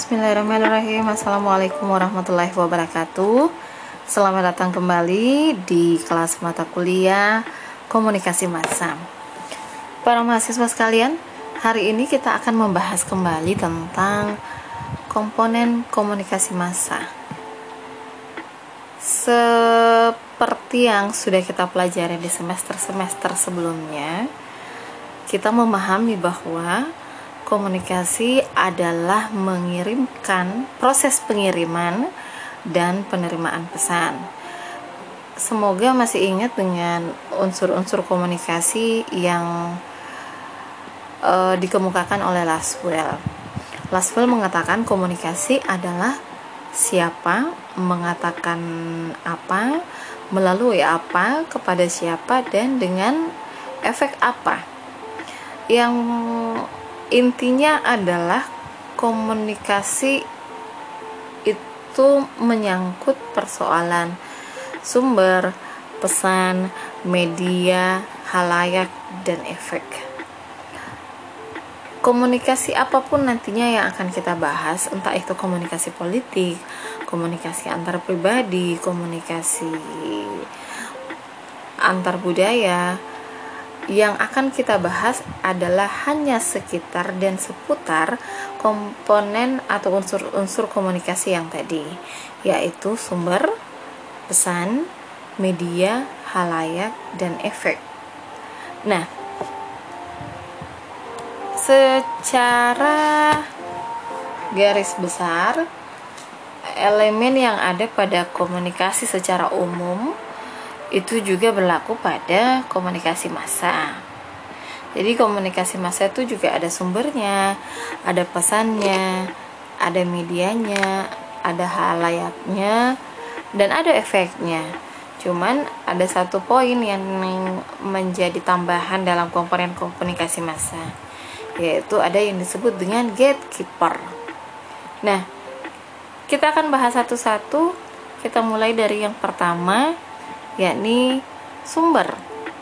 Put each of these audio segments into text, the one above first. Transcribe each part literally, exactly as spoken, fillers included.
Bismillahirrahmanirrahim. Assalamualaikum warahmatullahi wabarakatuh. Selamat datang kembali di kelas mata kuliah Komunikasi Massa. Para mahasiswa sekalian, hari ini kita akan membahas kembali tentang komponen komunikasi massa. Seperti yang sudah kita pelajari di semester-semester sebelumnya, kita memahami bahwa komunikasi adalah mengirimkan, proses pengiriman dan penerimaan pesan. Semoga masih ingat dengan unsur-unsur komunikasi yang uh, dikemukakan oleh Laswell. Laswell mengatakan komunikasi adalah siapa mengatakan apa, melalui apa, kepada siapa, dan dengan efek apa. Yang intinya adalah komunikasi itu menyangkut persoalan sumber, pesan, media, halayak, dan efek. Komunikasi apapun nantinya yang akan kita bahas, entah itu komunikasi politik, komunikasi antar pribadi, komunikasi antar budaya, yang akan kita bahas adalah hanya sekitar dan seputar komponen atau unsur-unsur komunikasi yang tadi, yaitu sumber, pesan, media, halayak, dan efek. Nah, secara garis besar, elemen yang ada pada komunikasi secara umum itu juga berlaku pada komunikasi massa. Jadi komunikasi massa itu juga ada sumbernya, ada pesannya, ada medianya, ada halayaknya, dan ada efeknya. Cuman ada satu poin yang menjadi tambahan dalam komponen komunikasi massa, yaitu ada yang disebut dengan gatekeeper. Nah, kita akan bahas satu-satu. Kita mulai dari yang pertama, yakni sumber.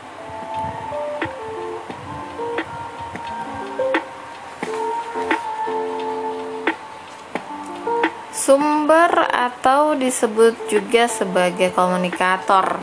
Sumber atau disebut juga sebagai komunikator,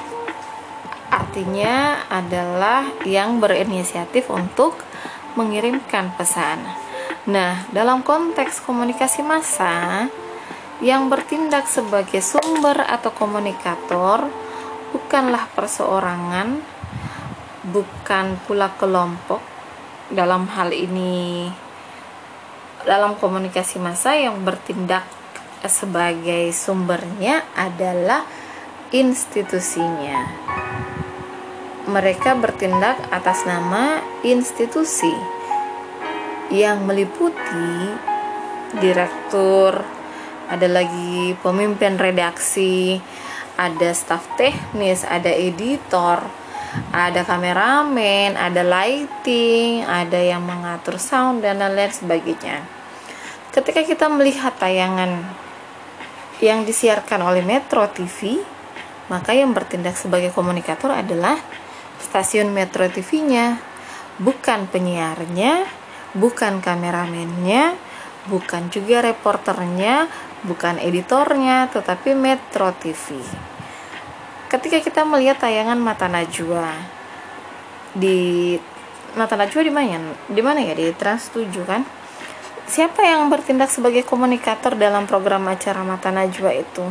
artinya adalah yang berinisiatif untuk mengirimkan pesan. Nah, dalam konteks komunikasi massa, yang bertindak sebagai sumber atau komunikator bukanlah perseorangan, bukan pula kelompok. Dalam hal ini, dalam komunikasi massa yang bertindak sebagai sumbernya adalah institusinya. Mereka bertindak atas nama institusi yang meliputi direktur, ada lagi pemimpin redaksi, ada staf teknis, ada editor, ada kameramen, ada lighting, ada yang mengatur sound, dan lain sebagainya. Ketika kita melihat tayangan yang disiarkan oleh Metro T V, maka yang bertindak sebagai komunikator adalah stasiun Metro T V-nya, bukan penyiarnya, bukan kameramennya, bukan juga reporternya, bukan editornya, tetapi Metro T V. Ketika kita melihat tayangan Mata Najwa di Mata Najwa di mana? Di mana ya? Di Trans tujuh kan? Siapa yang bertindak sebagai komunikator dalam program acara Mata Najwa itu?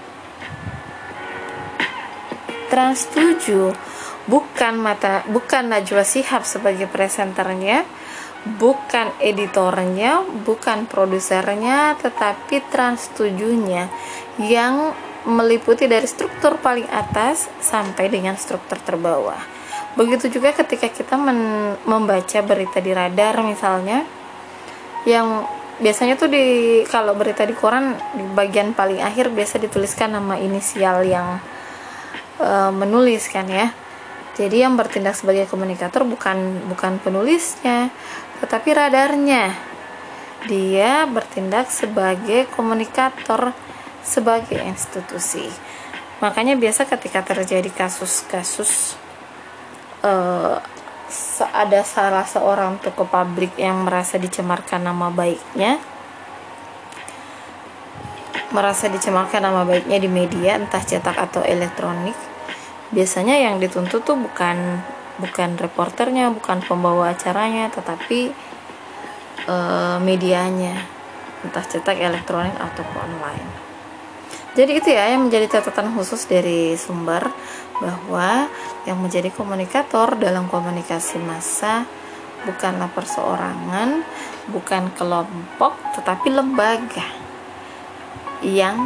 Trans tujuh, bukan Mata bukan Najwa Shihab sebagai presenternya, bukan editornya, bukan produsernya, tetapi Trans tujuh-nya yang meliputi dari struktur paling atas sampai dengan struktur terbawah. Begitu juga ketika kita men- membaca berita di radar misalnya, yang biasanya tuh di kalau berita di koran di bagian paling akhir biasa dituliskan nama inisial yang e, menulis kan ya. Jadi yang bertindak sebagai komunikator bukan bukan penulisnya, tetapi radarnya. Dia bertindak sebagai komunikator, sebagai institusi. Makanya biasa ketika terjadi kasus-kasus uh, ada salah seorang tokoh publik yang merasa dicemarkan nama baiknya, merasa dicemarkan nama baiknya di media entah cetak atau elektronik, biasanya yang dituntut tuh bukan bukan reporternya, bukan pembawa acaranya, tetapi e, medianya, entah cetak, elektronik ataupun online. Jadi itu ya yang menjadi catatan khusus dari sumber, bahwa yang menjadi komunikator dalam komunikasi massa bukanlah perseorangan, bukan kelompok, tetapi lembaga yang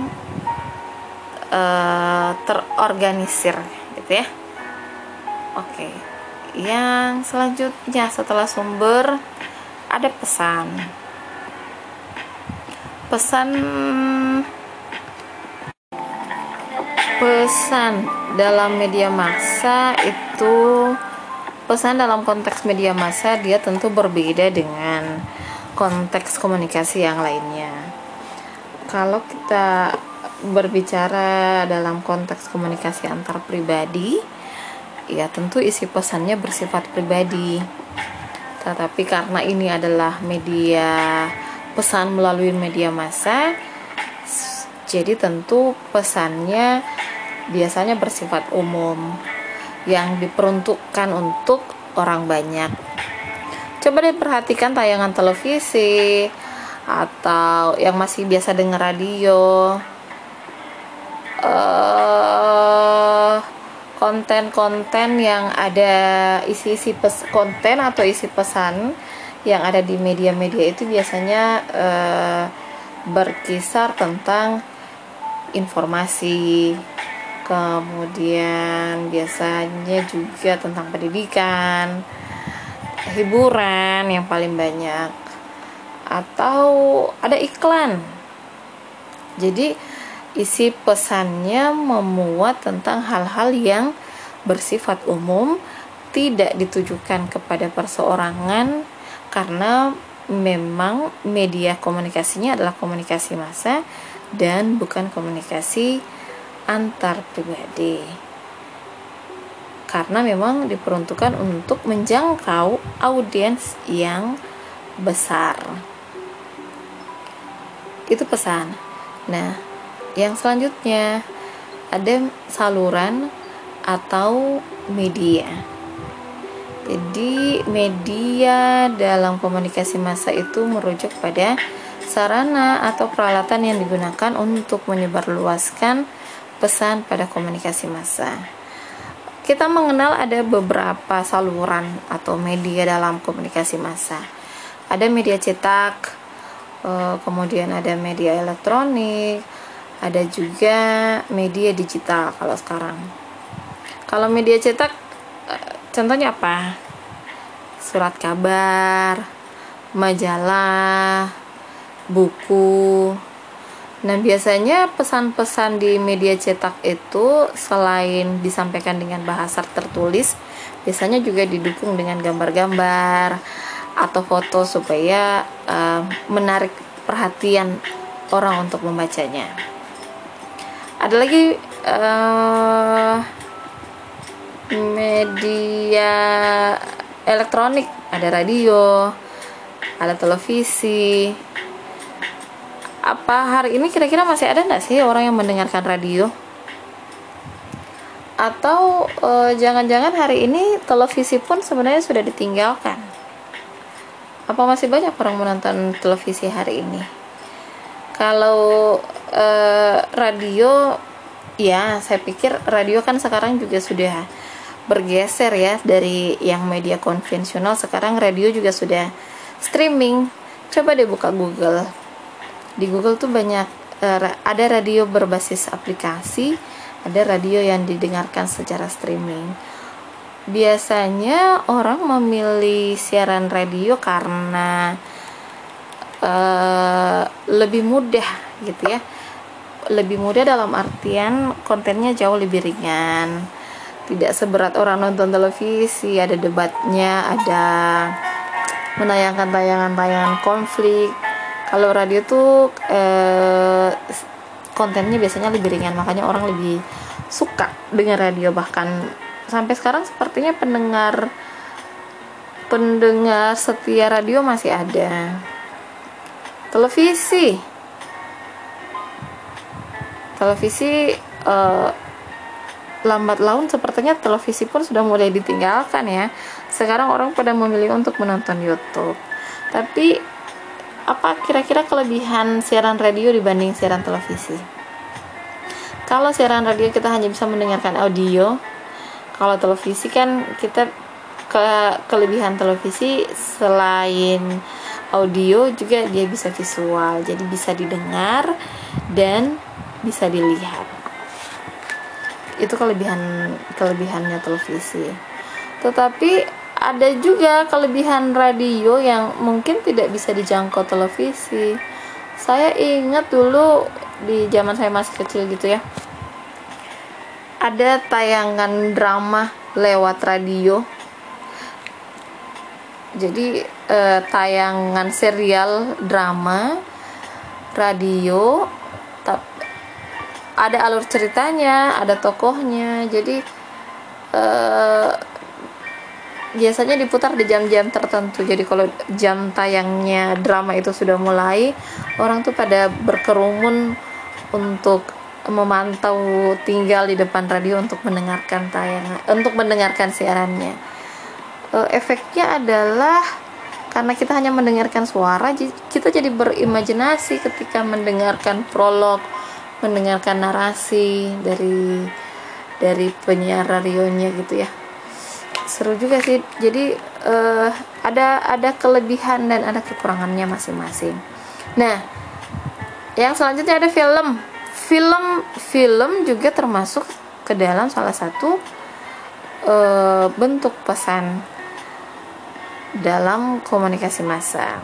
uh, terorganisir gitu ya. Oke, yang selanjutnya setelah sumber ada pesan. Pesan pesan dalam media massa itu, pesan dalam konteks media massa dia tentu berbeda dengan konteks komunikasi yang lainnya. Kalau kita berbicara dalam konteks komunikasi antar pribadi, ya tentu isi pesannya bersifat pribadi. Tetapi karena ini adalah media pesan melalui media massa, jadi tentu pesannya biasanya bersifat umum yang diperuntukkan untuk orang banyak. Coba deh perhatikan tayangan televisi atau yang masih biasa dengar radio, uh, konten-konten yang ada isi-isi pes- konten atau isi pesan yang ada di media-media itu biasanya uh, berkisar tentang informasi, kemudian biasanya juga tentang pendidikan, hiburan yang paling banyak, atau ada iklan. Jadi isi pesannya memuat tentang hal-hal yang bersifat umum, tidak ditujukan kepada perseorangan, karena memang media komunikasinya adalah komunikasi massa dan bukan komunikasi antar pribadi, karena memang diperuntukkan untuk menjangkau audiens yang besar. Itu pesan. Nah, yang selanjutnya ada saluran atau media. Jadi media dalam komunikasi massa itu merujuk pada sarana atau peralatan yang digunakan untuk menyebarluaskan pesan pada komunikasi massa. Kita mengenal ada beberapa saluran atau media dalam komunikasi massa. Ada media cetak, kemudian ada media elektronik, ada juga media digital kalau sekarang. Kalau media cetak, contohnya apa? Surat kabar, majalah, buku. Nah, biasanya pesan-pesan di media cetak itu selain disampaikan dengan bahasa tertulis, biasanya juga didukung dengan gambar-gambar atau foto supaya uh, menarik perhatian orang untuk membacanya. Ada lagi uh, media elektronik, ada radio, ada televisi. Apa hari ini kira-kira masih ada nggak sih orang yang mendengarkan radio? Atau uh, jangan-jangan hari ini televisi pun sebenarnya sudah ditinggalkan? Apa masih banyak orang menonton televisi hari ini? Kalau eh, radio, ya saya pikir radio kan sekarang juga sudah bergeser ya dari yang media konvensional. Sekarang radio juga sudah streaming. Coba deh buka Google. Di Google tuh banyak eh, ada radio berbasis aplikasi, ada radio yang didengarkan secara streaming. Biasanya orang memilih siaran radio karena uh, lebih mudah gitu ya. Lebih mudah dalam artian kontennya jauh lebih ringan. Tidak seberat orang nonton televisi, ada debatnya, ada menayangkan tayangan-tayangan konflik. Kalau radio tuh uh, kontennya biasanya lebih ringan, makanya orang lebih suka dengan radio. Bahkan sampai sekarang sepertinya pendengar pendengar setia radio masih ada. Televisi, Televisi eh, lambat laun sepertinya televisi pun sudah mulai ditinggalkan ya. Sekarang orang pada memilih untuk menonton YouTube. Tapi apa kira-kira kelebihan siaran radio dibanding siaran televisi? Kalau siaran radio kita hanya bisa mendengarkan audio, kalau televisi kan kita ke kelebihan televisi selain audio juga dia bisa visual, jadi bisa didengar dan bisa dilihat. Itu kelebihan kelebihannya televisi. Tetapi ada juga kelebihan radio yang mungkin tidak bisa dijangkau televisi. Saya ingat dulu di zaman saya masih kecil gitu ya, ada tayangan drama lewat radio. Jadi eh, tayangan serial drama radio, ada alur ceritanya, ada tokohnya. Jadi eh, biasanya diputar di jam-jam tertentu. Jadi kalau jam tayangnya drama itu sudah mulai, orang tuh pada berkerumun untuk memantau, tinggal di depan radio untuk mendengarkan tayangan, untuk mendengarkan siarannya. E, efeknya adalah karena kita hanya mendengarkan suara, kita jadi berimajinasi ketika mendengarkan prolog, mendengarkan narasi dari dari penyiar radionya gitu ya. Seru juga sih. Jadi uh, ada ada kelebihan dan ada kekurangannya masing-masing. Nah, yang selanjutnya ada film. Film film juga termasuk ke dalam salah satu uh, bentuk pesan dalam komunikasi massa.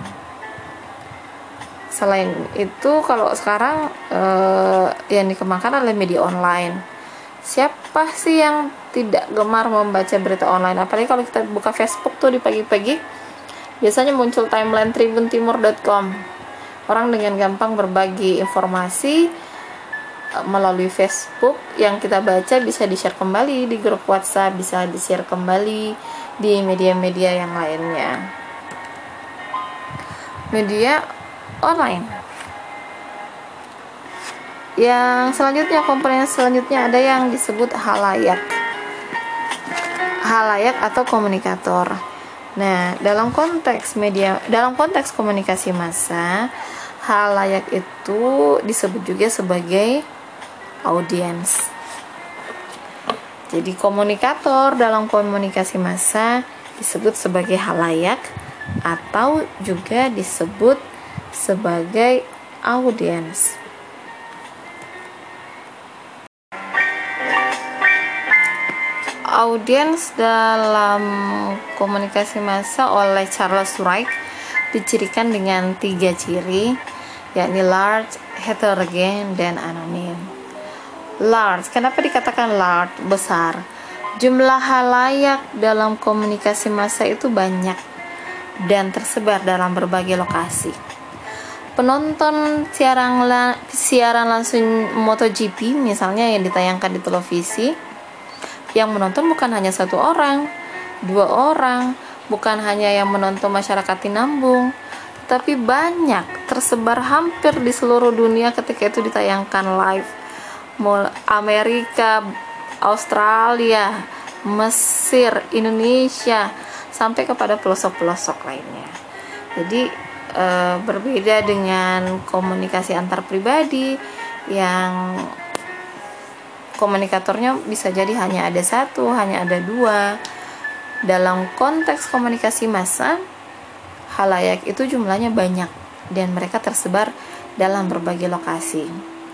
Selain itu, kalau sekarang uh, yang dikembangkan adalah media online. Siapa sih yang tidak gemar membaca berita online? Apalagi kalau kita buka Facebook tuh di pagi-pagi, biasanya muncul timeline tribun timur dot com. Orang dengan gampang berbagi informasi melalui Facebook yang kita baca bisa di-share kembali di grup WhatsApp, bisa di-share kembali di media-media yang lainnya. Media online. Yang selanjutnya, komponen selanjutnya ada yang disebut halayak. Halayak atau komunikator. Nah, dalam konteks media, dalam konteks komunikasi massa, halayak itu disebut juga sebagai audiens. Jadi komunikator dalam komunikasi massa disebut sebagai halayak atau juga disebut sebagai audiens. Audiens dalam komunikasi massa oleh Charles Wright dicirikan dengan tiga ciri, yakni large, heterogen, dan anonim. Large, kenapa dikatakan large? Besar. Jumlah halayak dalam komunikasi massa itu banyak dan tersebar dalam berbagai lokasi. Penonton siaran, siaran langsung MotoGP misalnya yang ditayangkan di televisi, yang menonton bukan hanya satu orang, dua orang, bukan hanya yang menonton masyarakat Tinambung, tapi banyak, tersebar hampir di seluruh dunia ketika itu ditayangkan live. Amerika, Australia, Mesir, Indonesia, sampai kepada pelosok-pelosok lainnya. Jadi e, berbeda dengan komunikasi antar pribadi yang komunikatornya bisa jadi hanya ada satu, hanya ada dua. Dalam konteks komunikasi massa, halayak itu jumlahnya banyak dan mereka tersebar dalam berbagai lokasi.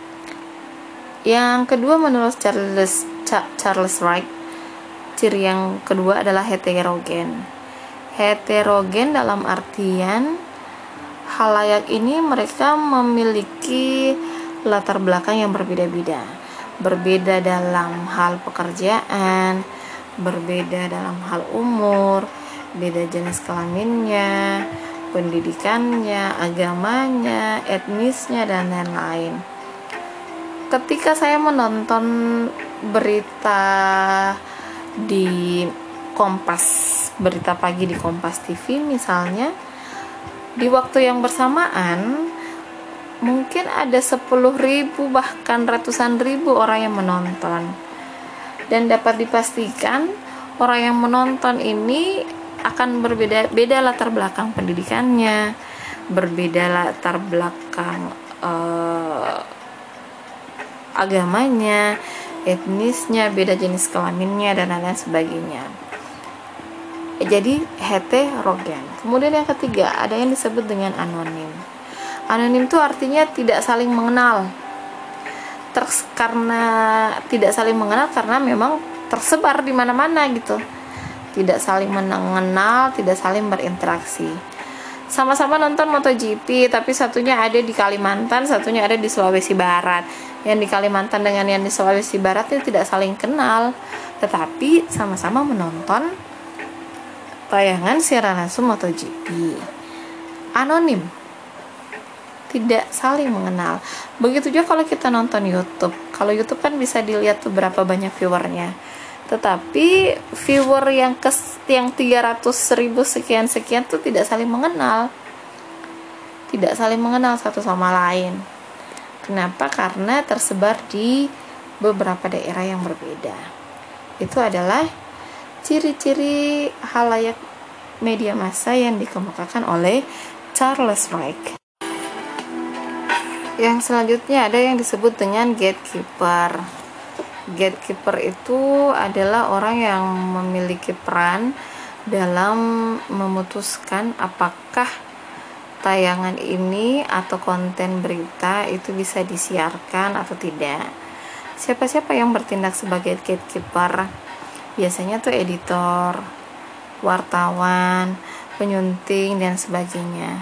Yang kedua, menurut Charles Charles Wright, ciri yang kedua adalah heterogen. Heterogen dalam artian halayak ini mereka memiliki latar belakang yang berbeda-beda. Berbeda dalam hal pekerjaan, berbeda dalam hal umur, beda jenis kelaminnya, pendidikannya, agamanya, etnisnya, dan lain-lain. Ketika saya menonton berita di Kompas, berita pagi di Kompas T V misalnya, di waktu yang bersamaan mungkin ada sepuluh ribu bahkan ratusan ribu orang yang menonton, dan dapat dipastikan orang yang menonton ini akan berbeda-beda latar belakang pendidikannya, berbeda latar belakang uh, agamanya, etnisnya, beda jenis kelaminnya, dan lain-lain sebagainya. Jadi heterogen. Kemudian yang ketiga, ada yang disebut dengan anonim. Anonim itu artinya tidak saling mengenal. Terus karena tidak saling mengenal karena memang tersebar di mana-mana gitu. Tidak saling mengenal, tidak saling berinteraksi. Sama-sama nonton MotoGP, tapi satunya ada di Kalimantan, satunya ada di Sulawesi Barat. Yang di Kalimantan dengan yang di Sulawesi Barat itu tidak saling kenal, tetapi sama-sama menonton tayangan siaran langsung MotoGP. Anonim, tidak saling mengenal. Begitu juga kalau kita nonton YouTube. Kalau YouTube kan bisa dilihat tuh berapa banyak viewernya. Tetapi viewer yang kes, yang tiga ratus ribu sekian-sekian tuh tidak saling mengenal. Tidak saling mengenal satu sama lain. Kenapa? Karena tersebar di beberapa daerah yang berbeda. Itu adalah ciri-ciri halayak media massa yang dikemukakan oleh Charles Reich. Yang selanjutnya ada yang disebut dengan gatekeeper. Gatekeeper itu adalah orang yang memiliki peran dalam memutuskan apakah tayangan ini atau konten berita itu bisa disiarkan atau tidak. Siapa-siapa yang bertindak sebagai gatekeeper? Biasanya tuh editor, wartawan, penyunting, dan sebagainya.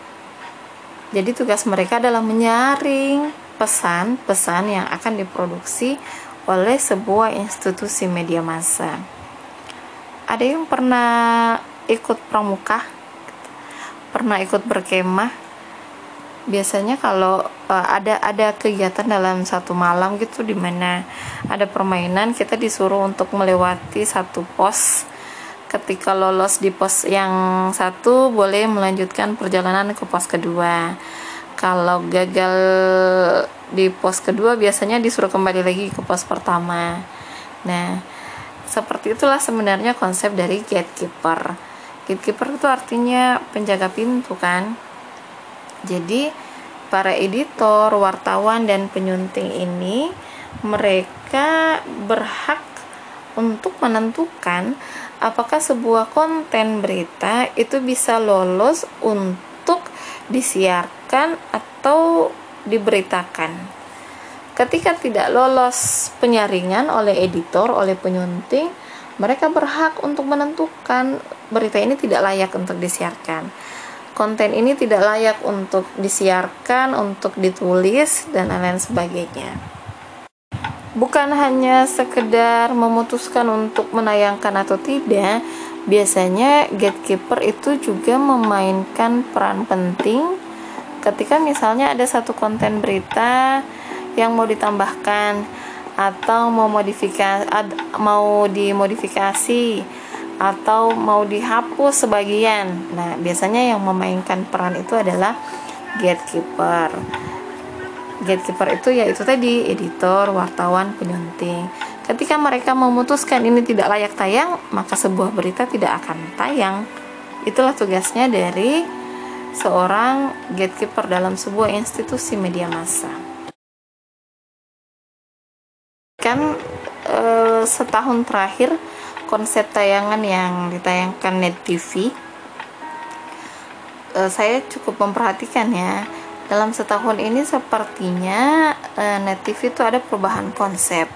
Jadi tugas mereka adalah menyaring pesan-pesan yang akan diproduksi oleh sebuah institusi media massa. Ada yang pernah ikut pramuka? Pernah ikut berkemah? Biasanya kalau uh, ada ada kegiatan dalam satu malam gitu, di mana ada permainan, kita disuruh untuk melewati satu pos. Ketika lolos di pos yang satu, boleh melanjutkan perjalanan ke pos kedua. Kalau gagal di pos kedua, biasanya disuruh kembali lagi ke pos pertama. Nah, seperti itulah sebenarnya konsep dari gatekeeper. Gatekeeper itu artinya penjaga pintu kan. Jadi para editor, wartawan, dan penyunting ini, mereka berhak untuk menentukan apakah sebuah konten berita itu bisa lolos untuk disiarkan atau diberitakan. Ketika tidak lolos penyaringan oleh editor, oleh penyunting, mereka berhak untuk menentukan berita ini tidak layak untuk disiarkan, konten ini tidak layak untuk disiarkan, untuk ditulis, dan lain-lain sebagainya. Bukan hanya sekedar memutuskan untuk menayangkan atau tidak, biasanya gatekeeper itu juga memainkan peran penting ketika misalnya ada satu konten berita yang mau ditambahkan atau mau modifikasi, mau dimodifikasi atau mau dihapus sebagian. Nah, biasanya yang memainkan peran itu adalah gatekeeper. Gatekeeper itu yaitu tadi editor, wartawan, penyunting. Ketika mereka memutuskan ini tidak layak tayang, maka sebuah berita tidak akan tayang. Itulah tugasnya dari seorang gatekeeper dalam sebuah institusi media massa. Kan e, setahun terakhir konsep tayangan yang ditayangkan Net T V, e, saya cukup memperhatikan ya. Dalam setahun ini sepertinya e, Net T V itu ada perubahan konsep.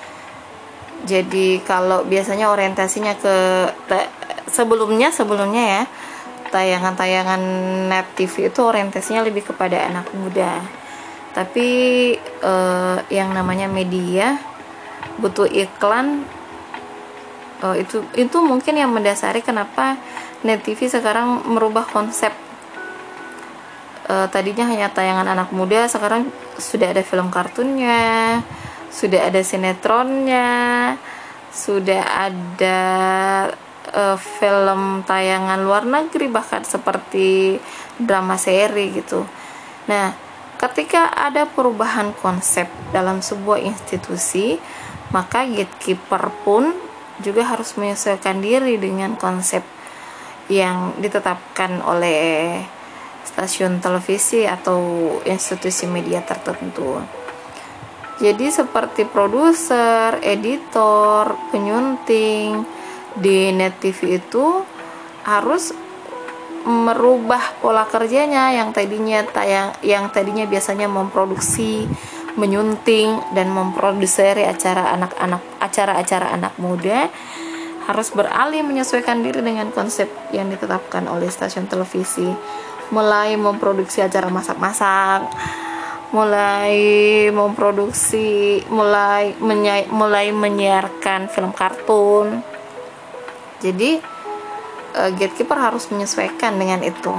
Jadi kalau biasanya orientasinya ke te, sebelumnya sebelumnya ya tayangan-tayangan Net T V itu orientasinya lebih kepada anak muda. Tapi e, yang namanya media butuh iklan, e, itu itu mungkin yang mendasari kenapa Net T V sekarang merubah konsep. Uh, tadinya hanya tayangan anak muda, sekarang sudah ada film kartunnya, sudah ada sinetronnya, sudah ada uh, film tayangan luar negeri, bahkan seperti drama seri gitu. Nah, ketika ada perubahan konsep dalam sebuah institusi, maka gatekeeper pun juga harus menyesuaikan diri dengan konsep yang ditetapkan oleh stasiun televisi atau institusi media tertentu. Jadi seperti produser, editor, penyunting di Net T V itu harus merubah pola kerjanya yang tadinya tayang yang tadinya biasanya memproduksi, menyunting dan memproduseri acara anak-anak acara-acara anak muda, harus beralih menyesuaikan diri dengan konsep yang ditetapkan oleh stasiun televisi, mulai memproduksi acara masak-masak, mulai memproduksi mulai menyai, mulai menyiarkan film kartun. Jadi uh, gatekeeper harus menyesuaikan dengan itu.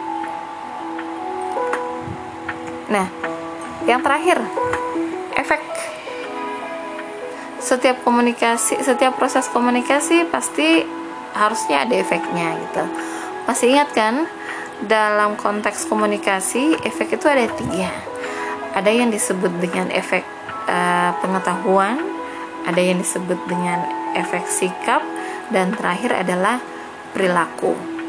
Nah, yang terakhir, efek. Setiap komunikasi, setiap proses komunikasi pasti harusnya ada efeknya gitu. Masih ingat kan, dalam konteks komunikasi efek itu ada tiga. Ada yang disebut dengan efek uh, pengetahuan, ada yang disebut dengan efek sikap, dan terakhir adalah perilaku.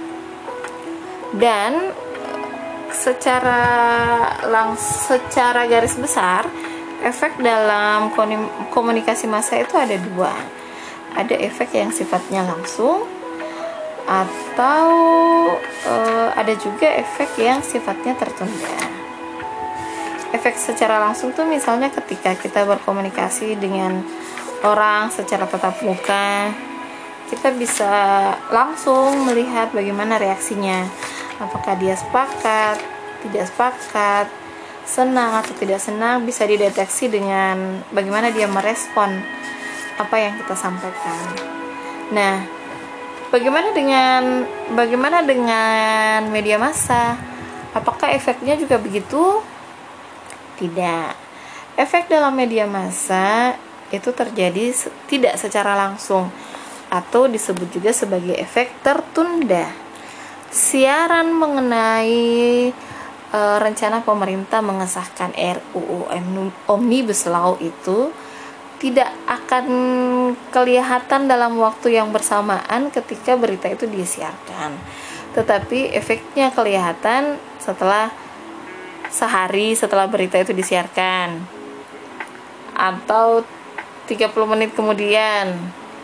Dan secara lang secara garis besar, efek dalam komunikasi massa itu ada dua. Ada efek yang sifatnya langsung, atau e, ada juga efek yang sifatnya tertunda. Efek secara langsung tuh misalnya ketika kita berkomunikasi dengan orang secara tatap muka, kita bisa langsung melihat bagaimana reaksinya, apakah dia sepakat, tidak sepakat, senang atau tidak senang, bisa dideteksi dengan bagaimana dia merespon apa yang kita sampaikan. Nah, bagaimana dengan bagaimana dengan media massa? Apakah efeknya juga begitu? Tidak. Efek dalam media massa itu terjadi tidak secara langsung, atau disebut juga sebagai efek tertunda. Siaran mengenai e, rencana pemerintah mengesahkan R U U Omnibus Law itu tidak akan kelihatan dalam waktu yang bersamaan ketika berita itu disiarkan, tetapi efeknya kelihatan setelah sehari setelah berita itu disiarkan, atau tiga puluh menit kemudian.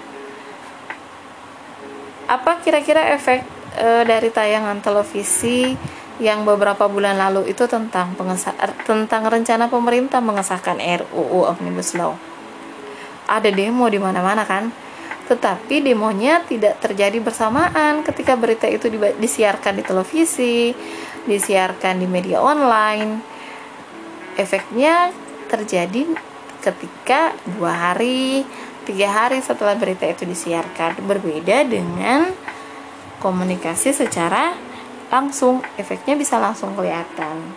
Apa kira-kira efek e, dari tayangan televisi yang beberapa bulan lalu itu tentang pengesah, tentang rencana pemerintah mengesahkan R U U Omnibus Law? Ada demo di mana-mana kan? Tetapi demonya tidak terjadi bersamaan ketika berita itu disiarkan di televisi, disiarkan di media online. Efeknya terjadi ketika dua hari, tiga hari setelah berita itu disiarkan. Berbeda dengan komunikasi secara langsung, efeknya bisa langsung kelihatan.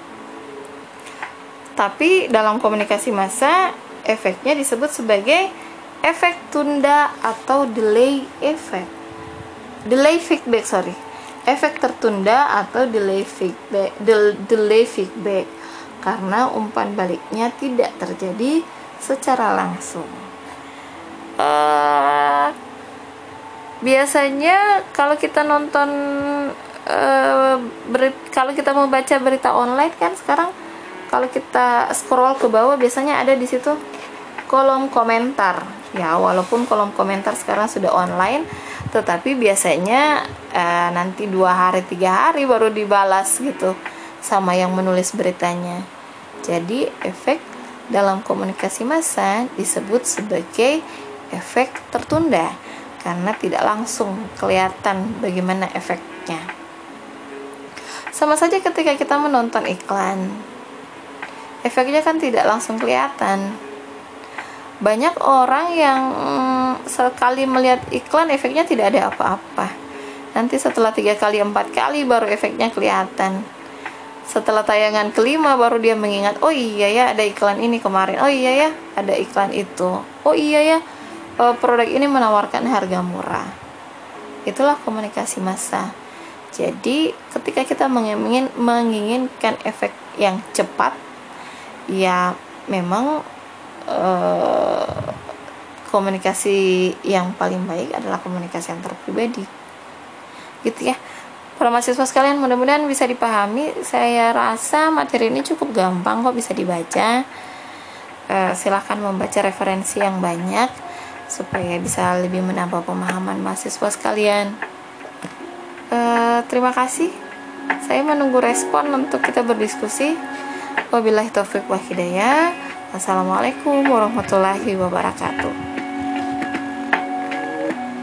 Tapi dalam komunikasi massa, efeknya disebut sebagai efek tunda atau delay effect. Delay feedback, sorry. Efek tertunda atau delay feedback, del, delay feedback, karena umpan baliknya tidak terjadi secara langsung. Uh, biasanya kalau kita nonton uh, beri, kalau kita membaca berita online kan sekarang, kalau kita scroll ke bawah biasanya ada di situ kolom komentar. Ya, walaupun kolom komentar sekarang sudah online, tetapi biasanya uh, nanti dua hari tiga hari baru dibalas gitu sama yang menulis beritanya. Jadi efek dalam komunikasi massa disebut sebagai efek tertunda karena tidak langsung kelihatan bagaimana efeknya. Sama saja ketika kita menonton iklan, efeknya kan tidak langsung kelihatan. Banyak orang yang mm, sekali melihat iklan efeknya tidak ada apa-apa. Nanti setelah tiga kali empat kali baru efeknya kelihatan. Setelah tayangan kelima baru dia mengingat, oh iya ya ada iklan ini kemarin, oh iya ya ada iklan itu, oh iya ya produk ini menawarkan harga murah. Itulah komunikasi massa. Jadi ketika kita mengingin, menginginkan efek yang cepat, ya memang eh, komunikasi yang paling baik adalah komunikasi antar pribadi, gitu ya. Para mahasiswa sekalian, mudah-mudahan bisa dipahami. Saya rasa materi ini cukup gampang kok, bisa dibaca. Eh, silahkan membaca referensi yang banyak supaya bisa lebih menambah pemahaman mahasiswa sekalian. Eh, terima kasih. Saya menunggu respon untuk kita berdiskusi. Wabillahi taufiq wal hidayah. Wassalamualaikum warahmatullahi wabarakatuh.